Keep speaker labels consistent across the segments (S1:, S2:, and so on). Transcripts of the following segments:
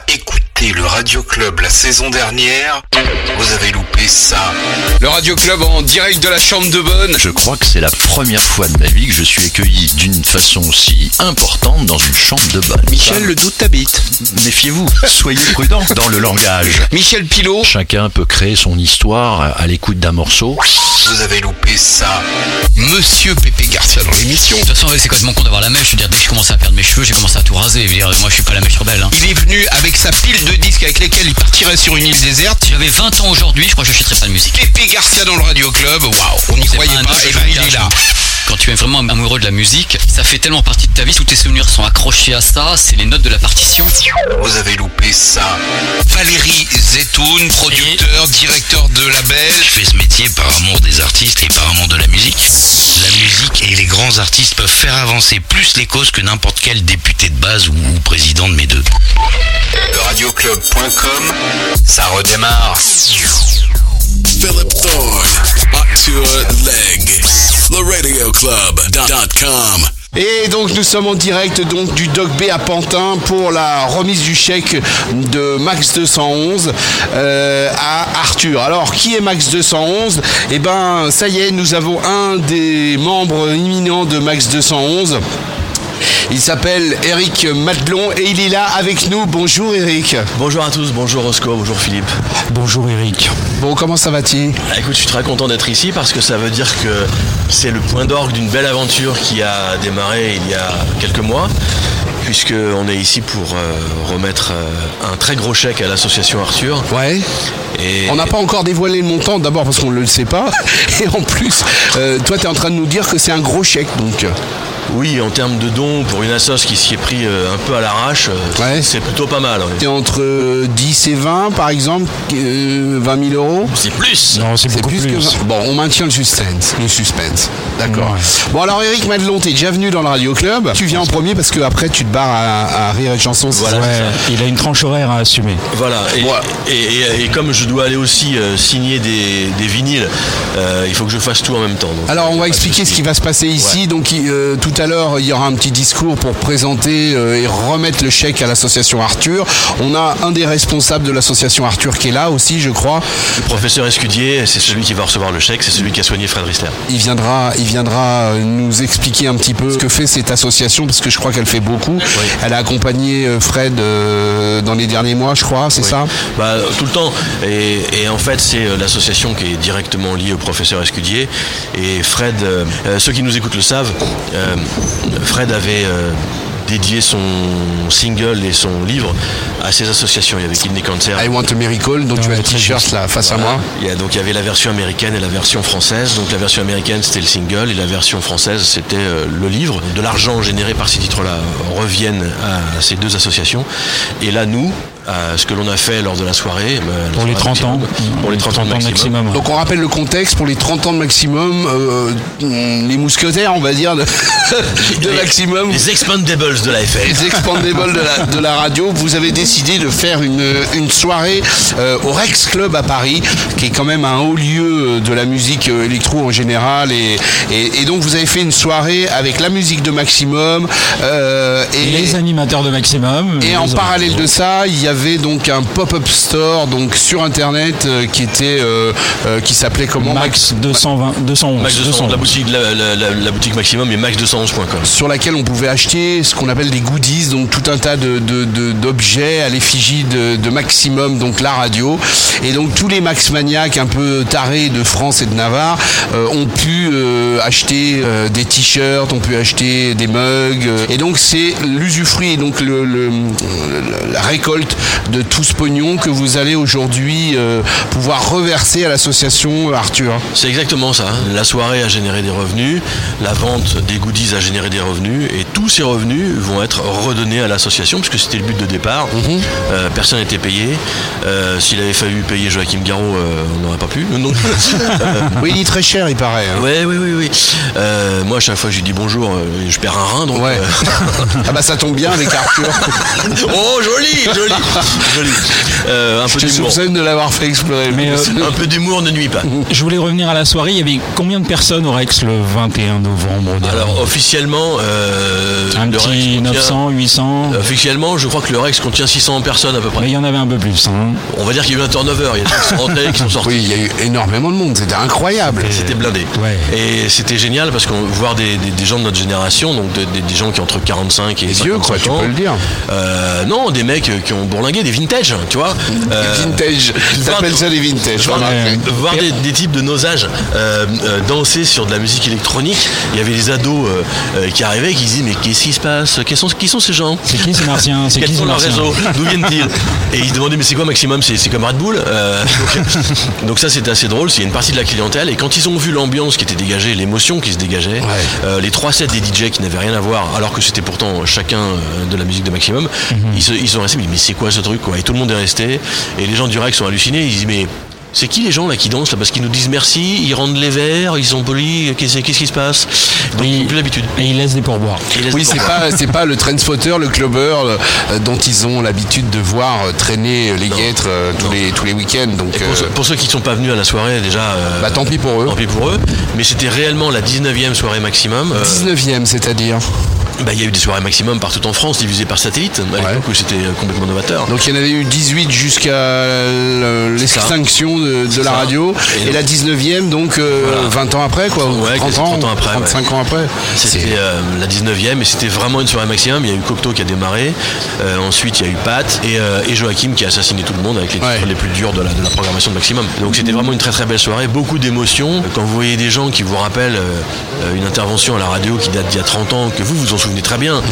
S1: écouté le Radio Club la saison dernière, vous avez loupé ça.
S2: Le Radio Club en direct de la chambre de bonne.
S3: Je crois que c'est la première fois de ma vie que je suis accueilli d'une façon si importante dans une chambre de bonne.
S2: Michel, le doute t'habite.
S3: Méfiez-vous, soyez prudent dans le langage.
S2: Michel Pilot.
S3: Chacun peut créer son histoire à l'écoute d'un morceau.
S1: Vous avez loupé ça.
S2: Monsieur Pépé Garcia dans l'émission.
S4: De toute façon, c'est complètement con d'avoir la mèche. Je veux dire, dès que je commençais à perdre mes cheveux, j'ai commencé à tout raser. Je veux dire, moi, je suis pas la mèche rebelle. Hein.
S2: Il est venu avec sa pile de disques avec lesquels il partirait sur une île déserte.
S4: Si j'avais 20 ans aujourd'hui, je crois que j'achèterais pas de musique.
S2: Pépé Garcia dans le Radio Club. Waouh, on n'y croyait pas et là, il est là.
S4: Quand tu es vraiment amoureux de la musique, ça fait tellement partie de ta vie, tous tes souvenirs sont accrochés à ça, c'est les notes de la partition.
S1: Vous avez loupé ça.
S2: Valérie Zetoun, producteur, directeur de label.
S5: Je fais ce métier par amour des artistes et par amour de la musique. La musique et les grands artistes peuvent faire avancer plus les causes que n'importe quel député de base ou président de mes deux.
S1: Le radioclub.com, ça redémarre.
S6: Philip Thorne, Arthur Legge, theradioclub.com.
S7: Et donc nous sommes en direct donc du Doc B à Pantin pour la remise du chèque de Max 211 à Arthur. Alors qui est Max 211 ? Eh ben ça y est, nous avons un des membres imminents de Max 211. Il s'appelle Eric Madelon et il est là avec nous. Bonjour Eric.
S8: Bonjour à tous, bonjour Roscoe, bonjour Philippe.
S9: Bonjour Eric.
S7: Bon, comment ça va-t-il ?
S8: Écoute, je suis très content d'être ici parce que ça veut dire que c'est le point d'orgue d'une belle aventure qui a démarré il y a quelques mois, puisqu'on est ici pour remettre un très gros chèque à l'association Arthur.
S7: Ouais. Et on n'a pas encore dévoilé le montant, d'abord parce qu'on ne le sait pas, et en plus, toi tu es en train de nous dire que c'est un gros chèque donc.
S8: Oui, en termes de dons, pour une assoce qui s'y est pris un peu à l'arrache, ouais. C'est plutôt pas mal. Ouais.
S7: C'est entre 10 et 20 par exemple, 20 000 euros.
S8: C'est plus.
S9: Non, c'est beaucoup plus.
S7: Que 20. Bon, on maintient le suspense. D'accord. Ouais. Bon alors Eric Madelon, t'es déjà venu dans le Radio Club. Tu viens en premier parce que après tu te barres à Rire et Chanson.
S8: Voilà,
S9: ouais, il a une tranche horaire à assumer.
S8: Voilà. Et comme je dois aller aussi signer des vinyles, il faut que je fasse tout en même temps. Donc,
S7: alors on va expliquer ce qui va se passer ici. Ouais. Donc tout à l'heure, il y aura un petit discours pour présenter et remettre le chèque à l'association Arthur. On a un des responsables de l'association Arthur qui est là aussi, je crois.
S8: Le professeur Escudier, c'est celui qui va recevoir le chèque, c'est celui qui a soigné Fred Rister.
S7: Il viendra nous expliquer un petit peu ce que fait cette association, parce que je crois qu'elle fait beaucoup. Oui. Elle a accompagné Fred dans les derniers mois, je crois, c'est ça ?
S8: Tout le temps. Et en fait, c'est l'association qui est directement liée au professeur Escudier. Et Fred, ceux qui nous écoutent le savent, Fred avait dédié son single et son livre à ces associations. Il y avait Kidney Cancer.
S7: I Want a Miracle, donc tu as le t-shirt là face à moi.
S8: Donc il y avait la version américaine et la version française. Donc la version américaine c'était le single et la version française c'était le livre. De l'argent généré par ces titres-là reviennent à ces deux associations. Et là nous, ce que l'on a fait lors de la soirée
S9: pour les 30 ans
S8: pour les 30 ans de maximum.
S7: Donc on rappelle le contexte, pour les 30 ans de maximum, les mousquetaires on va dire de maximum,
S8: les Expandables de la FM,
S7: les Expandables de la radio, vous avez décidé de faire une soirée au Rex Club à Paris, qui est quand même un haut lieu de la musique électro en général, et donc vous avez fait une soirée avec la musique de Maximum
S9: et les animateurs de Maximum,
S7: et en parallèle de ça il y avait donc un pop-up store donc sur internet qui s'appelait comment?
S9: Max 211.
S8: Max 211. La boutique Maximum est max211.com,
S7: sur laquelle on pouvait acheter ce qu'on appelle des goodies, donc tout un tas d'objets à l'effigie de Maximum, donc la radio. Et donc tous les Max maniaques un peu tarés de France et de Navarre ont pu acheter des t-shirts, ont pu acheter des mugs. Et donc c'est l'usufruit et donc la récolte de tout ce pognon que vous allez aujourd'hui pouvoir reverser à l'association Arthur.
S8: C'est exactement ça. La soirée a généré des revenus, la vente des goodies a généré des revenus, et tous ces revenus vont être redonnés à l'association, puisque c'était le but de départ. Personne n'était payé. S'il avait fallu payer Joachim Garraud, on n'aurait pas pu.
S7: Oui, il est très cher, il paraît. Hein.
S8: Oui. Moi, à chaque fois que je lui dis bonjour, je perds un rein. Donc,
S7: ouais. Ah bah ça tombe bien avec Arthur.
S8: Oh, joli. Un peu
S7: je te soupçonne de l'avoir fait explorer.
S8: Mais un peu d'humour ne nuit pas.
S9: Je voulais revenir à la soirée. Il y avait combien de personnes au Rex le 21 novembre dernier?
S8: Alors officiellement,
S9: un petit dit 900, 800.
S8: Officiellement, je crois que le Rex contient 600 personnes à peu près.
S9: Mais il y en avait un peu plus. Hein.
S8: On va dire qu'il y a eu un turnover. Il y a des gens qui sont rentrés, qui sont sortis.
S7: Oui, il y a eu énormément de monde. C'était incroyable.
S8: C'était blindé.
S9: Ouais.
S8: Et c'était génial parce qu'on voir des gens de notre génération, donc des gens qui ont entre 45 et 55
S7: vieux, quoi, tu
S8: ans.
S7: peux le dire.
S8: Non, des mecs qui ont bourlingué, des vintage, tu vois.
S7: Vintage. T'appelles ça des vintage.
S8: Voir des types de nos âges danser sur de la musique électronique. Il y avait les ados qui arrivaient et qui disaient mais qu'est-ce qui se passe, qui sont ces gens,
S9: c'est qui ces martiens,
S8: quels sont leurs réseaux, d'où viennent-ils, et ils se demandaient mais c'est quoi Maximum, c'est comme Red Bull, donc ça c'était assez drôle. C'est une partie de la clientèle, et quand ils ont vu l'ambiance qui était dégagée, l'émotion qui se dégageait, les 3 sets des DJ qui n'avaient rien à voir alors que c'était pourtant chacun de la musique de Maximum, ils sont restés mais c'est quoi ce truc quoi, et tout le monde est resté, et les gens du Rex sont hallucinés. Ils disent mais c'est qui les gens là qui dansent là, parce qu'ils nous disent merci, ils rendent les verres, ils sont polis, qu'est-ce qui se passe? Donc ils n'ont plus l'habitude.
S9: Et ils laissent des pourboires.
S7: Oui, c'est pas le trendspotter, le clubber dont ils ont l'habitude de voir traîner les guêtres tous les week-ends. Donc
S8: pour ceux qui ne sont pas venus à la soirée déjà,
S7: tant pis pour eux.
S8: Tant pis pour eux. Mais c'était réellement la 19e soirée Maximum.
S7: 19e, c'est-à-dire.
S8: Il y a eu des soirées Maximum partout en France, diffusées par satellite, à l'époque où c'était complètement novateur.
S7: Donc il y en avait eu 18 jusqu'à l'extinction de la radio, et la 19e, donc 20 ans après, quoi, 30 ans après, 35 ans après.
S8: C'était la 19e, et c'était vraiment une soirée Maximum. Il y a eu Cocteau qui a démarré, ensuite il y a eu Pat, et Joachim qui a assassiné tout le monde avec les titres les plus durs de la programmation de Maximum. Donc c'était vraiment une très très belle soirée, beaucoup d'émotions. Quand vous voyez des gens qui vous rappellent une intervention à la radio qui date d'il y a 30 ans, que vous en souvenez très bien,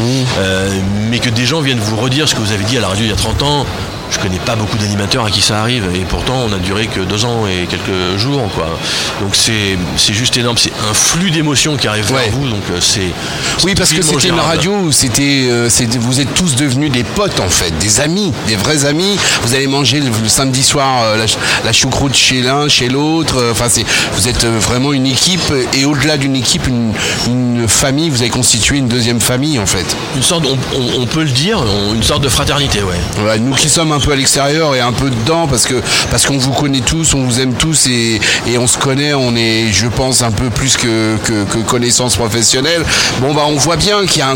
S8: mais que des gens viennent vous redire ce que vous avez dit à la radio il y a 30 ans. Je connais pas beaucoup d'animateurs à qui ça arrive, et pourtant on a duré que 2 ans et quelques jours, quoi. Donc c'est juste énorme, c'est un flux d'émotions qui arrive vers vous, donc c'est
S7: oui, parce que c'était une radio où vous êtes tous devenus des potes en fait, des amis, des vrais amis. Vous allez manger le samedi soir la choucroute chez l'un, chez l'autre. Enfin vous êtes vraiment une équipe, et au-delà d'une équipe, une famille. Vous avez constitué une deuxième famille en fait.
S8: Une sorte, on peut le dire, une sorte de fraternité,
S7: ouais. Nous qui sommes un peu à l'extérieur et un peu dedans, parce qu'on vous connaît tous, on vous aime tous, et on se connaît, on est, je pense, un peu plus que connaissance professionnelle. On voit bien qu'il y a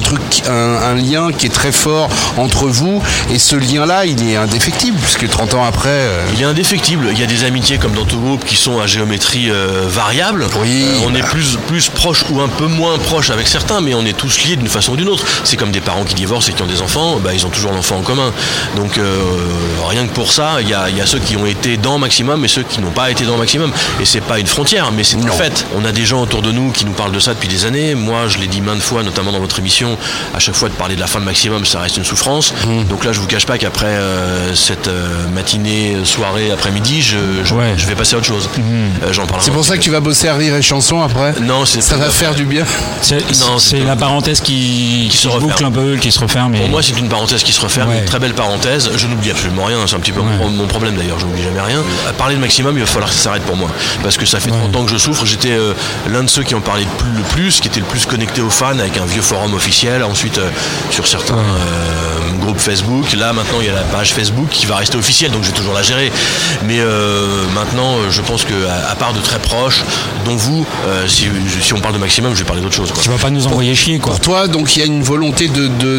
S7: un lien qui est très fort entre vous, et ce lien-là, il est indéfectible, puisque 30 ans après...
S8: Il est indéfectible. Il y a des amitiés comme dans tout groupe qui sont à géométrie variable.
S7: Oui,
S8: on est plus proche ou un peu moins proche avec certains, mais on est tous liés d'une façon ou d'une autre. C'est comme des parents qui divorcent et qui ont des enfants, ils ont toujours l'enfant en commun. Donc rien que pour ça, il y a ceux qui ont été dans Maximum et ceux qui n'ont pas été dans Maximum. Et c'est pas une frontière, mais c'est un fait. On a des gens autour de nous qui nous parlent de ça depuis des années. Moi, je l'ai dit maintes fois, notamment dans votre émission, à chaque fois de parler de la fin de Maximum, ça reste une souffrance. Donc là, je vous cache pas qu'après cette matinée, soirée, après-midi, je vais passer à autre chose. J'en parle.
S7: C'est pour ça que tu vas bosser à Rire et Chanson après?
S8: Non,
S7: ça va faire du bien.
S9: C'est la parenthèse qui se boucle un peu, qui se referme.
S8: Pour moi, c'est une parenthèse qui se referme, une très belle parenthèse. Je n'oublie absolument rien, c'est un petit peu mon problème d'ailleurs, je n'oublie jamais rien. À parler de Maximum, il va falloir que ça s'arrête pour moi, parce que ça fait 30 ans que je souffre. J'étais l'un de ceux qui en parlait le plus, qui était le plus connecté aux fans, avec un vieux forum officiel, ensuite sur certains groupes Facebook. Là maintenant il y a la page Facebook qui va rester officielle, donc je vais toujours la gérer, mais maintenant je pense qu'à part de très proches, dont vous, si on parle de Maximum, je vais parler d'autre chose, quoi.
S9: Tu vas pas nous envoyer chier, quoi.
S7: Pour toi, donc il y a une volonté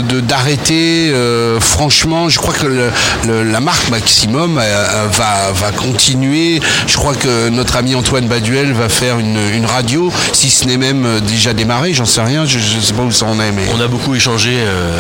S7: d'arrêter, franchement. Je crois que la marque Maximum va continuer. Je crois que notre ami Antoine Baduel va faire une radio, si ce n'est même déjà démarré, j'en sais rien, je sais pas où ça en est. Mais...
S8: On a beaucoup échangé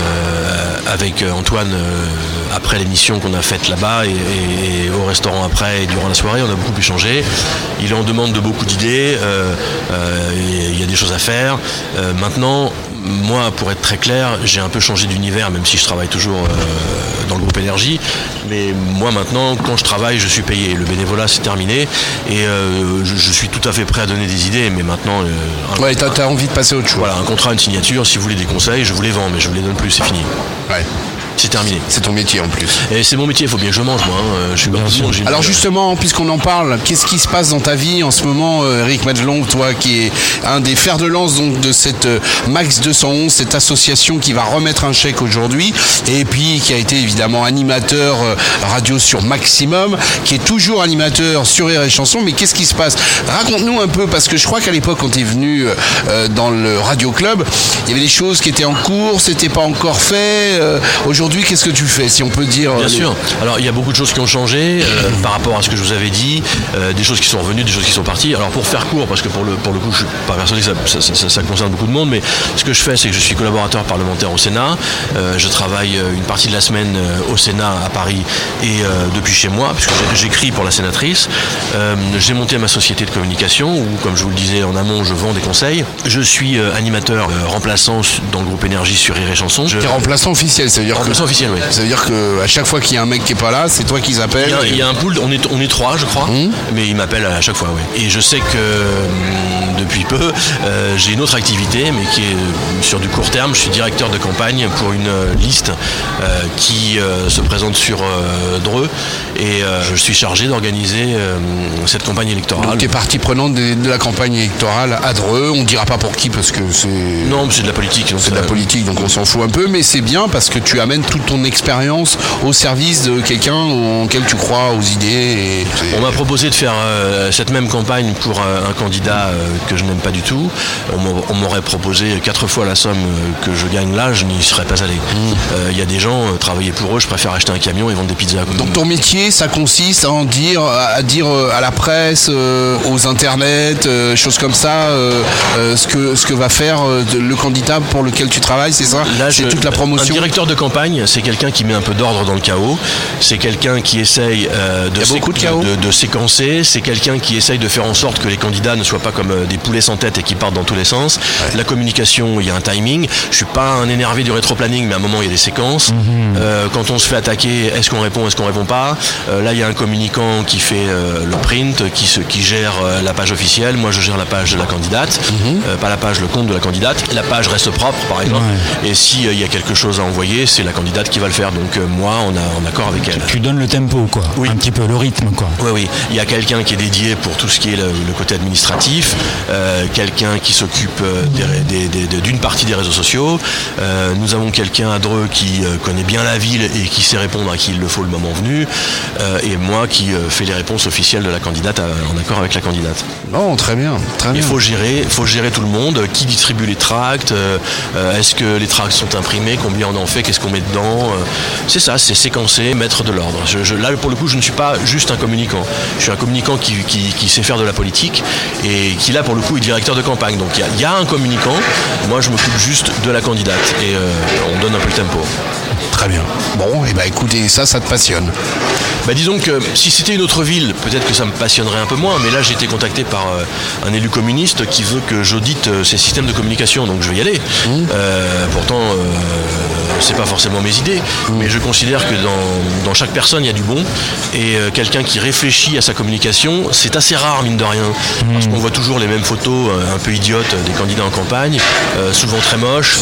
S8: avec Antoine après l'émission qu'on a faite là-bas et au restaurant après et durant la soirée, on a beaucoup échangé. Il est en demande de beaucoup d'idées, il y a des choses à faire. Maintenant, moi, pour être très clair, j'ai un peu changé d'univers, même si je travaille toujours dans le groupe Énergie. Mais moi, maintenant, quand je travaille, je suis payé. Le bénévolat, c'est terminé. Et je suis tout à fait prêt à donner des idées. Mais maintenant...
S7: t'as envie de passer à autre chose.
S8: Voilà, un contrat, une signature. Si vous voulez des conseils, je vous les vends. Mais je vous les donne plus, c'est fini.
S7: Ouais.
S8: c'est terminé.
S7: C'est ton métier en plus.
S8: Et c'est mon métier, il faut bien que je mange, moi. Je suis
S7: Alors justement, puisqu'on en parle, qu'est-ce qui se passe dans ta vie en ce moment, Eric Madelon, toi qui est un des fers de lance donc, de cette Max 211, cette association qui va remettre un chèque aujourd'hui, et puis qui a été évidemment animateur radio sur Maximum, qui est toujours animateur sur Rire et Chanson, mais qu'est-ce qui se passe? Raconte-nous un peu, parce que je crois qu'à l'époque, quand tu es venu dans le Radio Club, il y avait des choses qui étaient en cours, c'était pas encore fait. Aujourd'hui, qu'est-ce que tu fais, si on peut dire?
S8: Bien sûr. Alors, il y a beaucoup de choses qui ont changé par rapport à ce que je vous avais dit, des choses qui sont revenues, des choses qui sont parties. Alors, pour faire court, parce que pour le coup, je suis pas persuadé que ça concerne beaucoup de monde, mais ce que je fais, c'est que je suis collaborateur parlementaire au Sénat. Je travaille une partie de la semaine au Sénat à Paris et depuis chez moi, puisque j'écris pour la sénatrice. J'ai monté ma société de communication où, comme je vous le disais en amont, je vends des conseils. Je suis animateur remplaçant dans le groupe Énergie sur Rire et Chanson.
S7: T'es remplaçant officiel, ça veut dire
S8: remplaçant officiel, oui.
S7: Ça veut dire qu'à chaque fois qu'il y a un mec qui est pas là, c'est toi qui s'appelle.
S8: Il y a un pool, on est 3, je crois, mais il m'appelle à chaque fois, oui. Et je sais que depuis peu, j'ai une autre activité, mais qui est sur du court terme. Je suis directeur de campagne pour une liste qui se présente sur Dreux, et je suis chargé d'organiser cette campagne électorale.
S7: Donc tu es partie prenante de la campagne électorale à Dreux. On ne dira pas pour qui parce que c'est...
S8: Non, mais c'est de la politique.
S7: C'est de la politique, donc on s'en fout un peu, mais c'est bien parce que tu amènes toute ton expérience au service de quelqu'un en quel tu crois, aux idées.
S8: On m'a proposé de faire cette même campagne pour un candidat que je n'aime pas du tout. On m'aurait proposé 4 fois la somme que je gagne là, je n'y serais pas allé. Il y a des gens, travailler pour eux, je préfère acheter un camion et vendre des pizzas.
S7: Donc ton métier, ça consiste à dire à la presse, aux internets, choses comme ça, ce que va faire le candidat pour lequel tu travailles, c'est ça?
S8: Là,
S7: c'est toute la promotion.
S8: Un directeur de campagne, c'est quelqu'un qui met un peu d'ordre dans le chaos. C'est quelqu'un qui essaye de séquencer. C'est quelqu'un qui essaye de faire en sorte que les candidats ne soient pas comme des poulets sans tête et qui partent dans tous les sens. Ouais. La communication, il y a un timing. Je suis pas un énervé du rétro-planning, mais à un moment, il y a des séquences. Quand on se fait attaquer, est-ce qu'on répond pas? Là, il y a un communicant qui fait le print, qui gère la page officielle. Moi, je gère la page de la candidate. Pas la page, le compte de la candidate. La page reste propre, par exemple. Et s'il y a quelque chose à envoyer, c'est la candidate qui va le faire. Donc moi, on est en accord avec elle.
S9: Tu donnes le tempo, quoi. Oui. Un petit peu le rythme, quoi.
S8: Oui. Il y a quelqu'un qui est dédié pour tout ce qui est le côté administratif, quelqu'un qui s'occupe d'une partie des réseaux sociaux. Nous avons quelqu'un à Dreux qui connaît bien la ville et qui sait répondre à qui il le faut le moment venu. Et moi qui fais les réponses officielles de la candidate en accord avec la candidate.
S7: Non, très bien.
S8: Il faut gérer tout le monde. Qui distribue les tracts? Est-ce que les tracts sont imprimés? Combien on en fait? Qu'est-ce qu'on met dedans? C'est ça, c'est séquencer, mettre de l'ordre. Là, pour le coup, je ne suis pas juste un communicant. Je suis un communicant qui sait faire de la politique et qui, là, pour le coup, est directeur de campagne. Donc, il y a un communicant. Moi, je m'occupe juste de la candidate et on donne un peu le tempo.
S7: Très bien. Bon, et écoutez, ça te passionne.
S8: Disons que si c'était une autre ville, peut-être que ça me passionnerait un peu moins, mais là j'ai été contacté par un élu communiste qui veut que j'audite ces systèmes de communication, donc je vais y aller. Pourtant, c'est pas forcément mes idées, mais je considère que dans chaque personne il y a du bon, et quelqu'un qui réfléchit à sa communication, c'est assez rare, mine de rien, parce qu'on voit toujours les mêmes photos un peu idiotes des candidats en campagne, souvent très moches,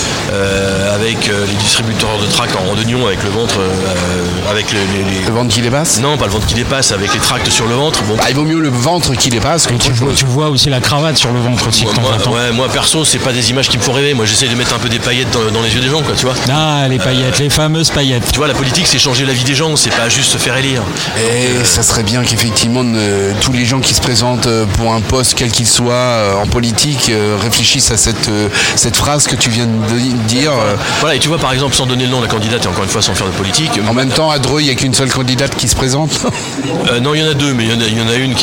S8: avec les distributeurs de tracts en randonnion, avec le ventre, avec
S7: le ventre qui dépasse.
S8: Non, pas le ventre qui dépasse, avec les tracts sur le ventre. Bon.
S7: Il vaut mieux le ventre qui dépasse que
S9: tu vois aussi la cravate sur le ventre aussi.
S8: Moi perso, c'est pas des images qui me font rêver. Moi, j'essaie de mettre un peu des paillettes dans les yeux des gens, quoi, tu vois.
S9: Ah, les paillettes, les fameuses paillettes.
S8: Tu vois, la politique, c'est changer la vie des gens, c'est pas juste se faire élire.
S7: Et ça serait bien qu'effectivement tous les gens qui se présentent pour un poste, quel qu'il soit, en politique, réfléchissent à cette phrase que tu viens de dire.
S8: Voilà, et tu vois, par exemple, sans donner le nom de la candidate, et encore une fois, sans faire de politique.
S7: En même temps, à Dreux, il n'y a qu'une seule candidate qui se présente.
S8: Non, il y en a deux, mais il y en a une qui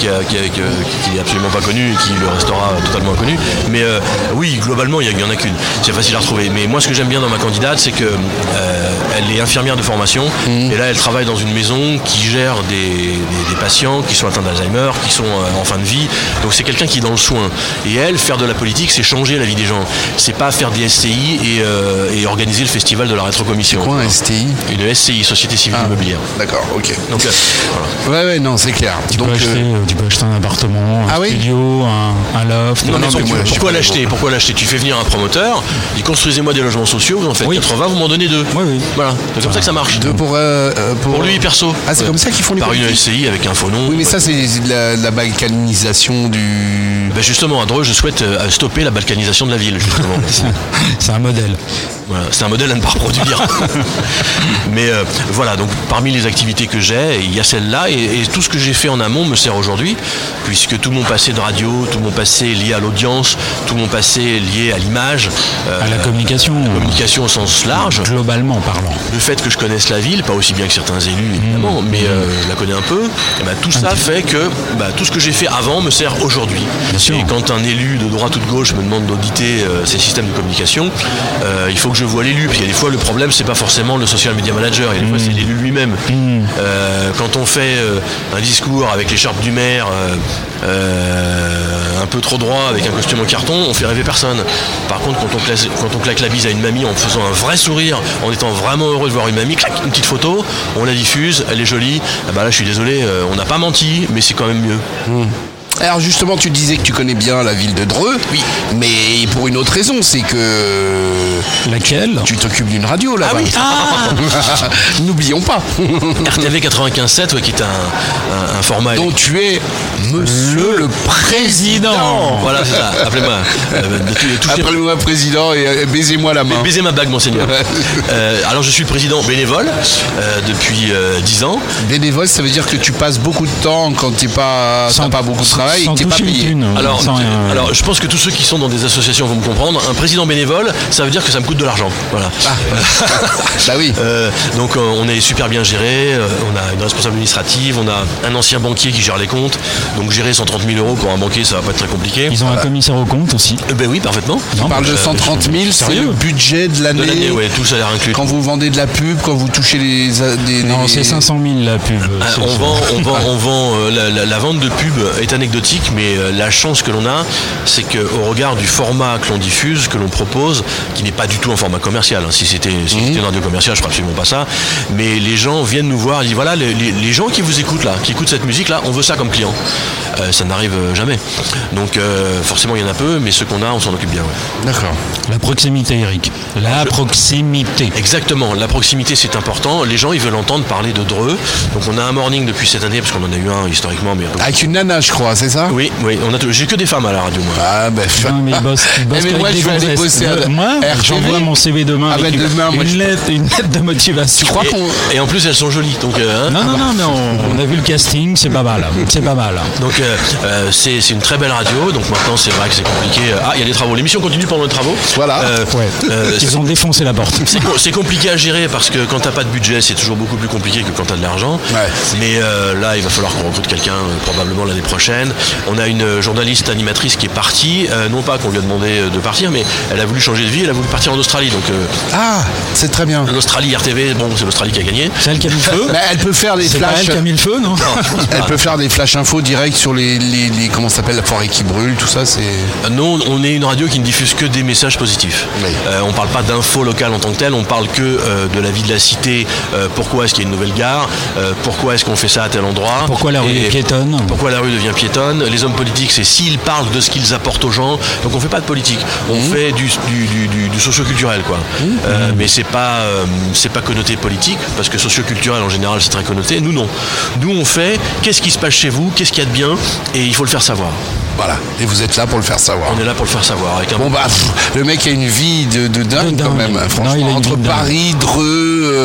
S8: est absolument pas connue et qui le restera totalement inconnu. Mais oui, globalement, il y en a qu'une. C'est facile à retrouver. Mais moi, ce que j'aime bien dans ma candidate, c'est que elle est infirmière de formation. Et là, elle travaille dans une maison qui gère des patients qui sont atteints d'Alzheimer, qui sont en fin de vie. Donc c'est quelqu'un qui est dans le soin. Et elle, faire de la politique, c'est changer la vie des gens. C'est pas faire des SCI et organiser le festival de la rétrocommission.
S7: C'est quoi un STI?
S8: Une SCI, Société Civile Immobilière.
S7: D'accord, ok.
S8: Donc
S7: voilà. Ouais, non, c'est clair.
S9: Tu peux acheter un appartement, un studio, un loft.
S8: Non, pourquoi l'acheter? Tu fais venir un promoteur, il construisez-moi des logements sociaux, vous en faites 80, vous m'en donnez 2.
S9: Oui.
S8: Voilà. Voilà, c'est comme ça que ça marche.
S7: Pour
S8: lui perso.
S7: Ah, c'est comme ça qu'ils font les
S8: par
S7: politiques.
S8: Une SCI avec un faux nom.
S7: Oui, mais ça c'est de la balkanisation du.
S8: Ben justement, à Dreux, je souhaite stopper la balkanisation de la ville, justement.
S9: C'est un modèle.
S8: Voilà, c'est un modèle à ne pas reproduire. Mais voilà, donc parmi les activités que j'ai, il y a celle-là, et tout ce que j'ai fait en amont me sert aujourd'hui, puisque tout mon passé de radio, tout mon passé lié à l'audience, tout mon passé lié à l'image,
S9: à la communication.
S8: La communication au sens large.
S9: Globalement parlant.
S8: Le fait que je connaisse la ville, pas aussi bien que certains élus évidemment, mais je la connais un peu, et tout ça fait que tout ce que j'ai fait avant me sert aujourd'hui. Et quand un élu de droite ou de gauche me demande d'auditer ces systèmes de communication, il faut que je vois l'élu, parce qu'il y a des fois le problème c'est pas forcément le social media manager, il y a des fois c'est l'élu lui-même. Quand on fait un discours avec l'écharpe du maire un peu trop droit avec un costume en carton, on fait rêver personne. Par contre quand on claque la bise à une mamie en faisant un vrai sourire, en étant vraiment heureux de voir une mamie, clac, une petite photo, on la diffuse, elle est jolie, là je suis désolé, on n'a pas menti, mais c'est quand même mieux.
S7: Alors justement, tu disais que tu connais bien la ville de Dreux, oui, mais pour une autre raison, c'est que...
S9: Laquelle ?
S7: Tu t'occupes d'une radio là-bas.
S8: Ah oui.
S7: N'oublions pas.
S8: RTV 95.7, qui est un format...
S7: dont tu es Monsieur le Président.
S8: Voilà, c'est ça, appelez-moi.
S7: Appelez-moi Président et baisez-moi la main.
S8: Baisez ma bague, monseigneur. Alors je suis le président bénévole depuis 10 ans.
S7: Bénévole, ça veut dire que tu passes beaucoup de temps quand t'as pas beaucoup de travail et que t'es pas payé.
S8: Alors je pense que tous ceux qui sont dans des associations vont me comprendre. Un président bénévole, ça veut dire que ça me coûte de l'argent. Voilà.
S7: Bah oui.
S8: Donc on est super bien géré, on a une responsable administrative, on a un ancien banquier qui gère les comptes. Donc gérer 130 000 euros pour un banquier, ça va pas être très compliqué.
S9: Ils ont un commissaire aux comptes aussi.
S8: Ben oui, parfaitement.
S7: On parle de 130 000, c'est le budget de l'année.
S8: De l'année, ouais, tout salaire inclus.
S7: Quand vous vendez de la pub, quand vous touchez
S9: Non, c'est 500 000 la pub.
S8: On vend la vente de pub est anecdotique, mais la chance que l'on a, c'est qu'au regard du format que l'on diffuse, que l'on propose, qui n'est pas du tout un format commercial. Si c'était une radio commerciale, je ferais absolument pas ça. Mais les gens viennent nous voir, ils disent voilà, les gens qui vous écoutent là, qui écoutent cette musique là, on veut ça comme client. Ça n'arrive jamais. Donc forcément il y en a peu, mais ceux qu'on a, on s'en occupe bien. Ouais.
S7: D'accord.
S9: La proximité, Eric. Proximité.
S8: Exactement. La proximité, c'est important. Les gens, ils veulent entendre parler de Dreux. Donc on a un morning depuis cette année, parce qu'on en a eu un historiquement. Mais
S7: avec une nana, je crois, c'est ça ?
S8: Oui. J'ai que des femmes à la radio, moi.
S7: Ah ben.
S9: Non, mais ils bossent
S7: mais moi, je vais aller bosser
S9: moi, j'envoie mon CV demain avec une lettre de motivation.
S7: Tu crois
S8: et en plus, elles sont jolies. Donc,
S9: Non, mais on a vu le casting, c'est pas mal. C'est pas mal.
S8: Donc c'est une très belle radio. Donc maintenant, c'est vrai que c'est compliqué. Il y a des travaux. L'émission continue pendant les travaux.
S7: Voilà.
S9: Ils ont défoncé la porte.
S8: C'est compliqué à gérer parce que quand t'as pas de budget, c'est toujours beaucoup plus compliqué que quand t'as de l'argent.
S7: Ouais.
S8: Mais là, il va falloir qu'on recrute quelqu'un probablement l'année prochaine. On a une journaliste animatrice qui est partie. Non pas qu'on lui a demandé de partir, mais elle a voulu changer de vie. Elle a voulu partir en Australie. Donc
S7: c'est très bien.
S8: L'Australie, RTV, bon, c'est l'Australie qui a gagné.
S9: C'est elle qui a mis le feu.
S7: Elle peut faire des
S9: flashs. C'est pas elle qui a mis le feu, non?
S7: Elle peut faire des flash infos directs sur les comment ça s'appelle, la forêt qui brûle, tout ça. C'est.
S8: Non, on est une radio qui ne diffuse que des messages positifs. Oui. On parle pas d'infos locales en tant que telles. On parle que de la vie de la cité. Pourquoi est-ce qu'il y a une nouvelle gare? Pourquoi est-ce qu'on fait ça à tel endroit?
S9: Pourquoi la rue est piétonne?
S8: Pourquoi la rue devient piétonne? Les hommes politiques, c'est s'ils parlent de ce qu'ils apportent aux gens. Donc on fait pas de politique. On fait du socio-culturel, quoi. Mais c'est pas connoté politique, parce que socio-culturel en général c'est très connoté. Nous non. Nous on fait qu'est-ce qui se passe chez vous, qu'est-ce qu'il y a de bien, et il faut le faire savoir.
S7: Voilà. Et vous êtes là pour le faire savoir.
S8: On est là pour le faire savoir. Avec
S7: le mec a une vie de dingue quand même. Franchement, non, entre Paris, Dreux,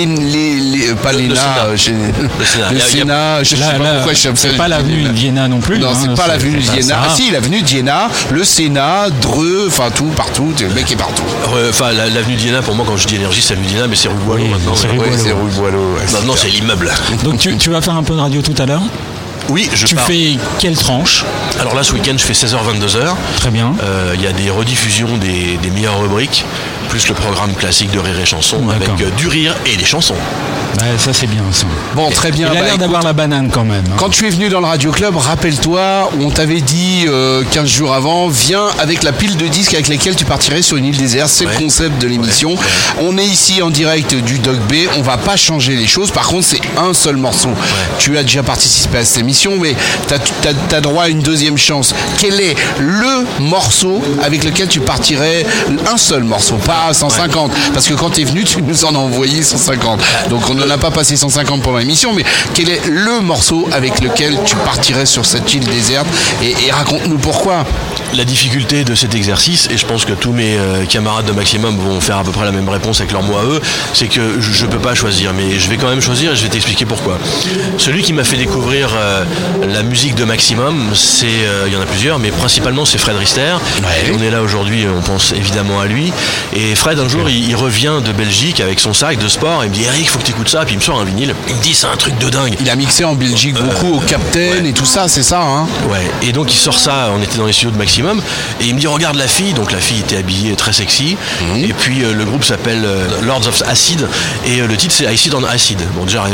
S7: pas l'ENA, le Sénat, je sais pas pourquoi je suis
S9: c'est pas l'avenue d'Iéna non plus.
S7: Non, c'est pas l'avenue d'Iéna. Ah si, l'avenue d'Iéna, le Sénat, Dreux, enfin tout, partout. Le mec est partout.
S8: Enfin, l'avenue d'Iéna, pour moi, quand je dis énergie, c'est l'avenue d'Iéna, mais c'est rue Boileau maintenant.
S7: C'est rue Boileau.
S8: Maintenant, c'est l'immeuble.
S9: Donc tu vas faire un peu de radio tout à l'heure?
S8: Oui,
S9: Tu fais quelle tranche?
S8: Alors là, ce week-end, je fais 16h-22h.
S9: Très bien.
S8: Il y a des rediffusions des meilleures rubriques, plus le programme classique de Rire et Chanson, avec du rire et des chansons.
S9: Ouais, ça c'est bien ça.
S7: Bon, très bien.
S9: Il a l'air d'avoir la banane quand même.
S7: Quand tu es venu dans le Radio Club, rappelle-toi, on t'avait dit 15 jours avant, viens avec la pile de disques avec lesquels tu partirais sur une île déserte. C'est le concept de l'émission. On est ici en direct du Doc B. On va pas changer les choses. Par contre, c'est un seul morceau. Tu as déjà participé à cette émission. l'émission, mais t'as droit à une deuxième chance. Quel est le morceau avec lequel tu partirais, un seul morceau, pas 150, parce que quand t'es venu, tu nous en as envoyé 150. Donc on n'en a pas passé 150 pendant l'émission, mais quel est le morceau avec lequel tu partirais sur cette île déserte et raconte-nous pourquoi.
S8: La difficulté de cet exercice, et je pense que tous mes camarades de Maximum vont faire à peu près la même réponse avec leur mot à eux, c'est que je peux pas choisir, mais je vais quand même choisir et je vais t'expliquer pourquoi. Celui qui m'a fait découvrir la musique de Maximum, c'est, il y en a plusieurs, mais principalement c'est Fred Rister. Ouais. On est là aujourd'hui, on pense évidemment à lui. Et Fred, un jour, il revient de Belgique avec son sac de sport et il me dit Eric, faut que t'écoutes ça. Puis il me sort un vinyle. Il me dit c'est un truc de dingue.
S7: Il a mixé en Belgique beaucoup au Captain et tout ça, c'est ça, hein?
S8: Ouais. Et donc il sort ça. On était dans les studios de Maximum et il me dit regarde la fille. Donc la fille était habillée très sexy. Et puis le groupe s'appelle Lords of Acid et le titre c'est Acid on Acid. Bon déjà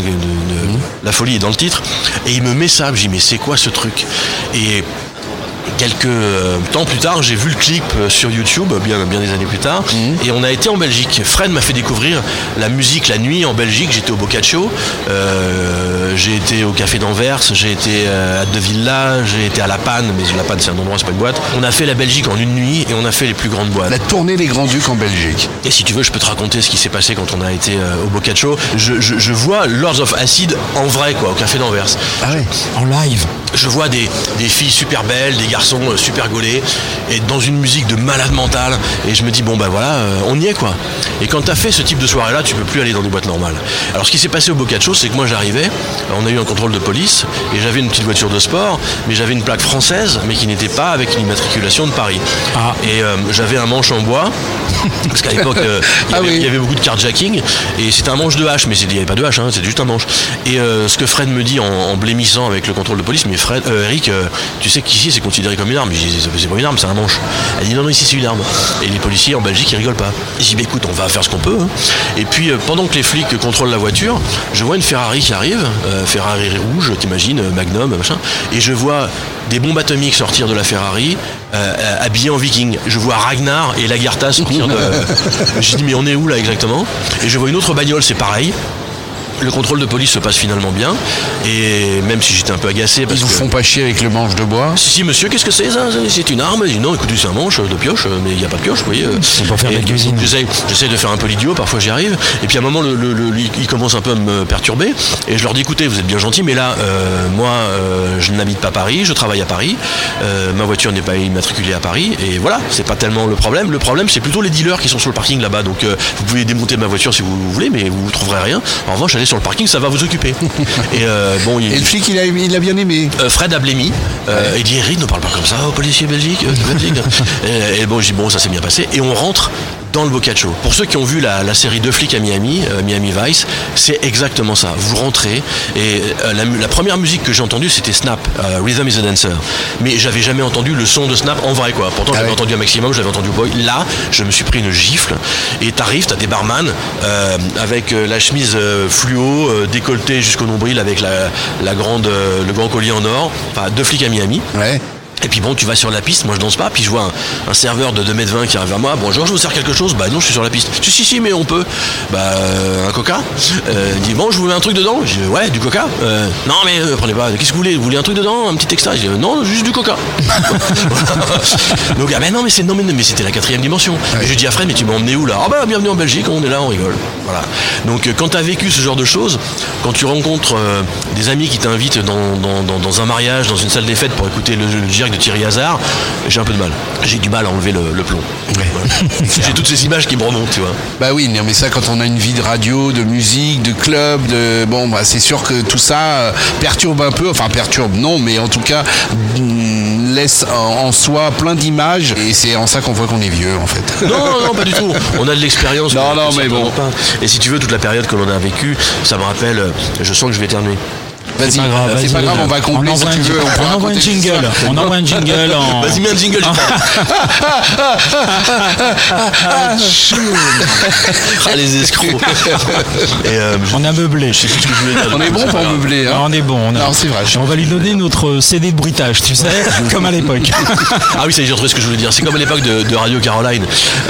S8: la folie est dans le titre. Et il me met ça. Je dis mais c'est quoi ce truc? Et quelques temps plus tard, j'ai vu le clip sur YouTube, bien des années plus tard, et on a été en Belgique. Fred m'a fait découvrir la musique la nuit en Belgique. J'étais au Boccaccio, j'ai été au Café d'Anvers, j'ai été à De Villa, j'ai été à La Panne, mais La Panne c'est un endroit, c'est pas une boîte. On a fait la Belgique en une nuit et on a fait les plus grandes boîtes.
S7: La tournée des Grands-Ducs en Belgique.
S8: Et si tu veux, je peux te raconter ce qui s'est passé quand on a été au Boccaccio. Je vois Lords of Acid en vrai, quoi, au Café d'Anvers.
S7: Ah ouais, en live.
S8: Je vois des filles super belles, des garçons super gaulés, et dans une musique de malade mental, et je me dis bon bah voilà, on y est quoi. Et quand t'as fait ce type de soirée là, tu peux plus aller dans des boîtes normales. Alors ce qui s'est passé au Boccaccio, c'est que moi j'arrivais, on a eu un contrôle de police, et j'avais une petite voiture de sport, mais j'avais une plaque française, mais qui n'était pas avec une immatriculation de Paris. Et j'avais un manche en bois, parce qu'à l'époque il y avait beaucoup de carjacking, et c'était un manche de hache, mais il n'y avait pas de hache, hein, c'était juste un manche. Et ce que Fred me dit en blêmissant avec le contrôle de police, mais Fred, Eric, tu sais qu'ici c'est considéré comme une arme. Je dis c'est pas une arme, c'est un manche. Elle dit non, ici c'est une arme. Et les policiers en Belgique ils rigolent pas. Je dis écoute, on va faire ce qu'on peut, hein. Et puis pendant que les flics contrôlent la voiture, je vois une Ferrari qui arrive, Ferrari rouge, t'imagines, Magnum, machin, et je vois des bombes atomiques sortir de la Ferrari, habillés en viking. Je vois Ragnar et Lagertha sortir de... Je dis mais on est où là exactement? Et je vois une autre bagnole, c'est pareil. Le contrôle de police se passe finalement bien, et même si j'étais un peu agacé parce
S7: Ils vous font pas chier avec le manche de bois?
S8: Si monsieur, qu'est-ce que c'est ça? C'est une arme? Il dit non, écoutez, c'est un manche de pioche, mais il n'y a pas de pioche, vous voyez.
S9: C'est pour faire de la cuisine.
S8: J'essaie de faire un peu l'idiot, parfois j'y arrive, et puis à un moment il commence un peu à me perturber, et je leur dis écoutez, vous êtes bien gentil, mais là moi je n'habite pas Paris, je travaille à Paris, ma voiture n'est pas immatriculée à Paris, et voilà, c'est pas tellement le problème. Le problème c'est plutôt les dealers qui sont sur le parking là-bas, donc vous pouvez démonter ma voiture si vous voulez, mais vous trouverez rien. En revanche, allez sur le parking, ça va vous occuper. Et
S7: le flic il a bien aimé.
S8: Fred a blémi. Il dit Eric, ne parle pas comme ça au policier belgique. Et bon, je dis bon, ça s'est bien passé. Et on rentre dans le Boccaccio. Pour ceux qui ont vu la série Deux flics à Miami, Miami Vice, c'est exactement ça. Vous rentrez et la première musique que j'ai entendue c'était Snap, Rhythm is a Dancer. Mais j'avais jamais entendu le son de Snap en vrai quoi. Pourtant j'avais entendu un maximum, j'avais entendu Boy. Là, je me suis pris une gifle. Et t'arrives, t'as des barman avec la chemise fluo, décolletée jusqu'au nombril avec le grand collier en or. Enfin, Deux flics à Miami. Ouais. Et puis bon, tu vas sur la piste, moi je danse pas, puis je vois un serveur de 2m20 qui arrive à moi, bonjour, je vous sers quelque chose? Bah non, je suis sur la piste. Si, mais on peut. Bah, un coca? Il dit, bon, je vous mets un truc dedans? Je dis, ouais, du coca? Non, mais prenez pas, qu'est-ce que vous voulez? Vous voulez un truc dedans? Un petit extra? Je dis, non, juste du coca. Donc, ah, mais non, mais c'était la 4e dimension. Ouais. Et je dis à Fred, mais tu m'as emmené où là? Ah bah, bienvenue en Belgique, on est là, on rigole. Voilà. Donc, quand t'as vécu ce genre de choses, quand tu rencontres des amis qui t'invitent dans un mariage, dans une salle des fêtes pour écouter le direct de Thierry Hazard, j'ai un peu de mal. J'ai du mal à enlever le plomb. Ouais. Voilà. J'ai toutes ces images qui me remontent, tu vois.
S7: Bah oui, mais ça, quand on a une vie de radio, de musique, de club, c'est sûr que tout ça perturbe un peu. Enfin, perturbe, non, mais en tout cas laisse en soi plein d'images. Et c'est en ça qu'on voit qu'on est vieux, en fait.
S8: Non, pas du tout. On a de l'expérience.
S7: Non, mais bon.
S8: Pas. Et si tu veux, toute la période que l'on a vécue, ça me rappelle. Je sens que je vais éternuer.
S7: Vas-y, c'est pas grave, on va combler si tu veux.
S9: On envoie un jingle. On envoie un jingle en...
S8: Vas-y, mets un jingle. Les escrocs.
S9: On a meublé.
S8: Je sais plus ce que je voulais dire.
S9: On est bon pour meubler. Hein. On est bon.
S7: Non, c'est vrai.
S9: On va lui donner notre CD de bruitage, tu sais, comme à l'époque.
S8: Ah oui, ça y est, j'ai retrouvé ce que je voulais dire. C'est comme à l'époque de Radio Caroline.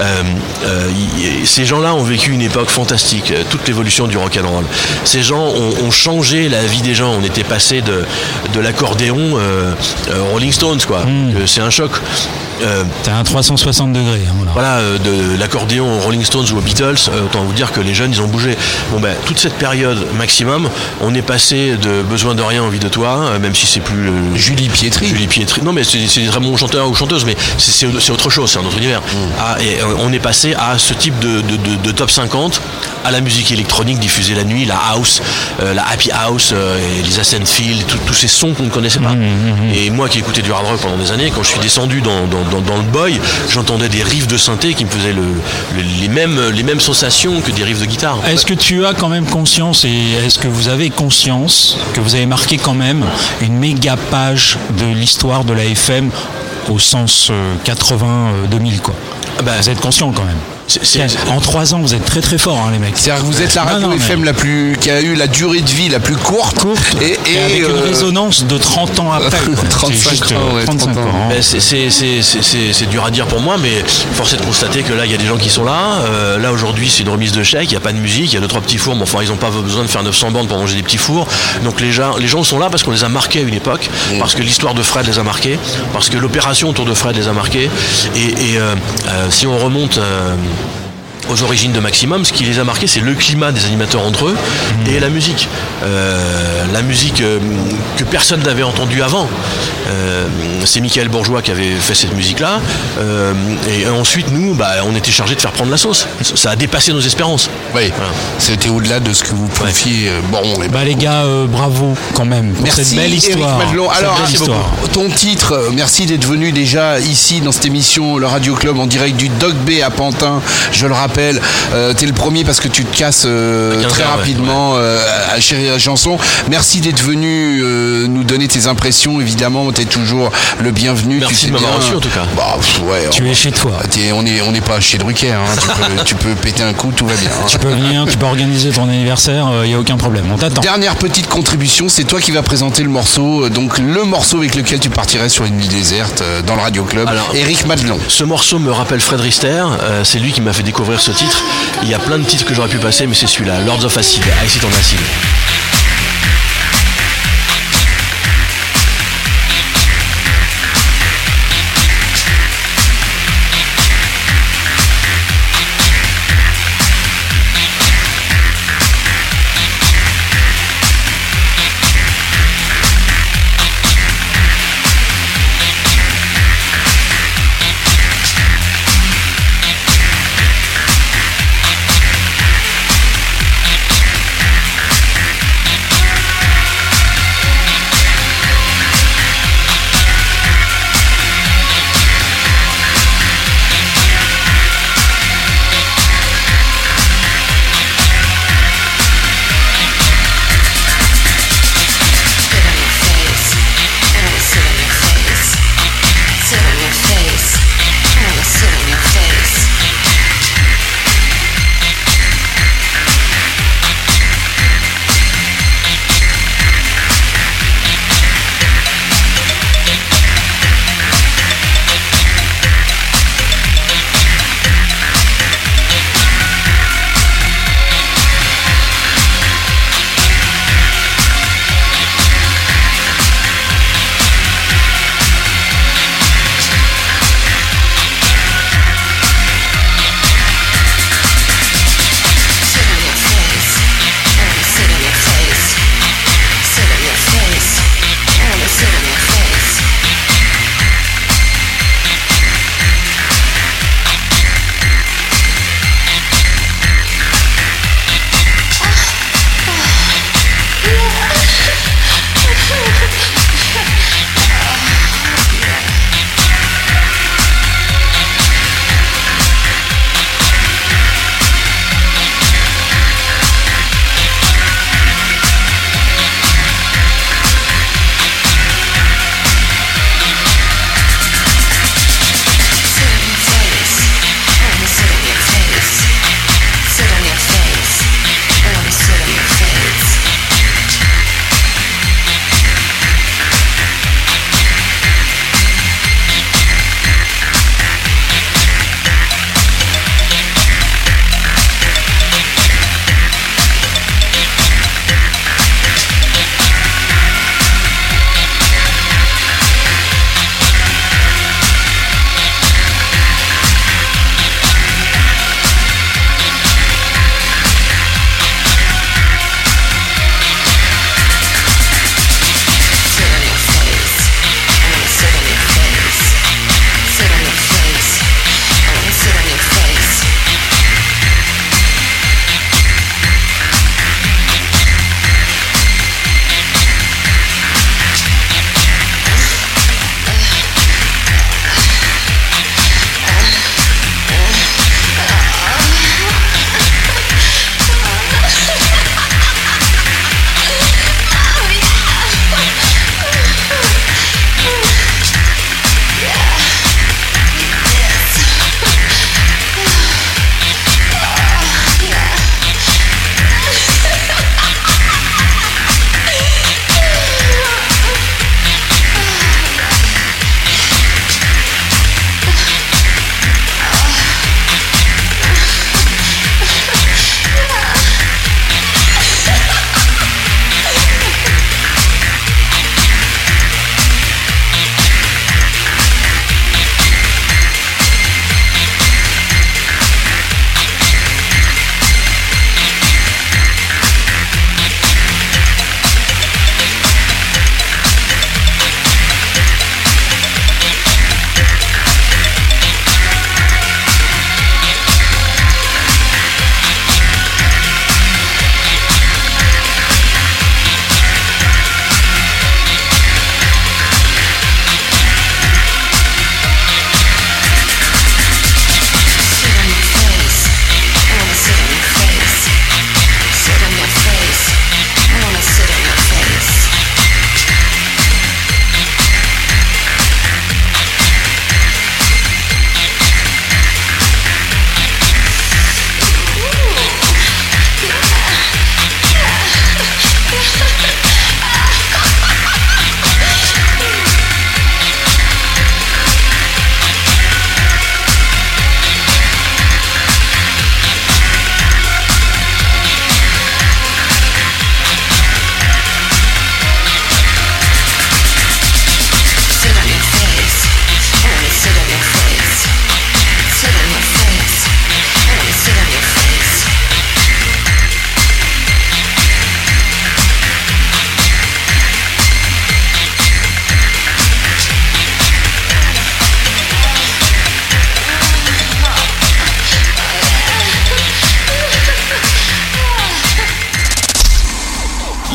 S8: Ces gens-là ont vécu une époque fantastique. Toute l'évolution du rock'n'roll. Ces gens ont changé la vie des gens. on était passé de l'accordéon Rolling Stones, quoi. C'est un choc.
S9: T'as un 360 degrés.
S8: Voilà, de l'accordéon aux Rolling Stones ou aux Beatles, autant vous dire que les jeunes, ils ont bougé. Bon ben, toute cette période maximum, on est passé de Besoin de rien, envie de toi, même si c'est plus
S7: Julie Pietri.
S8: Non, mais c'est des très bons chanteurs ou chanteuses, mais c'est autre chose, c'est un autre univers. Et on est passé à ce type de top 50, à la musique électronique diffusée la nuit, la house, la happy house, Lisa Sandfield, tous ces sons qu'on ne connaissait pas. Et moi qui écoutais du hard rock pendant des années, quand je suis descendu dans le boy, j'entendais des riffs de synthé qui me faisaient les mêmes sensations que des riffs de guitare.
S9: Est-ce que tu as quand même conscience, et est-ce que vous avez conscience que vous avez marqué quand même une méga page de l'histoire de la FM au sens 80-2000 quoi? Vous êtes conscient quand même? En 3 ans, vous êtes très très forts, hein, les mecs.
S7: C'est-à-dire que vous êtes la radio FM qui a eu la durée de vie la plus courte
S9: et avec une résonance de 30 ans après.
S7: 35 ans.
S8: C'est dur à dire pour moi, mais force est de constater que là, il y a des gens qui sont là. Là, aujourd'hui, c'est une remise de chèque, il n'y a pas de musique, il y a 2-3 petits fours, mais enfin, ils n'ont pas besoin de faire 900 bandes pour manger des petits fours. Donc les gens sont là parce qu'on les a marqués à une époque, parce que l'histoire de Fred les a marqués, parce que l'opération autour de Fred les a marqués. Et si on remonte aux origines de Maximum, ce qui les a marqués, c'est le climat des animateurs entre eux et la musique. La musique que personne n'avait entendue avant. C'est Michael Bourgeois qui avait fait cette musique-là. Et ensuite, nous, on était chargés de faire prendre la sauce. Ça a dépassé nos espérances.
S7: Oui, voilà. C'était au-delà de ce que vous pouviez...
S9: les gars, bravo quand même pour
S7: merci,
S9: cette belle histoire.
S7: Éric Madelon. Alors, ton titre, merci d'être venu déjà ici dans cette émission, le Radio Club, en direct du Doc B à Pantin. Je le rappelle, t'es le premier parce que tu te casses très rapidement à Chérie la chanson. Merci d'être venu nous donner tes impressions. Évidemment, t'es toujours le bienvenu.
S8: Merci de m'avoir reçu en tout cas.
S9: Tu es chez toi.
S7: On n'est pas chez Drucker. Tu peux péter un coup, tout va bien.
S9: Tu peux venir, tu peux organiser ton anniversaire, il n'y a aucun problème. On t'attend.
S7: Dernière petite contribution, c'est toi qui vas présenter le morceau. Donc le morceau avec lequel tu partirais sur une île déserte dans le Radio Club. Alors, Éric Madelon.
S8: Ce morceau me rappelle Fred Rister. C'est lui qui m'a fait découvrir ce titre. Il y a plein de titres que j'aurais pu passer, mais c'est celui-là, Lords of Acid, I Sit on Acid.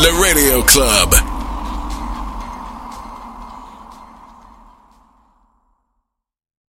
S6: Le Radio Club.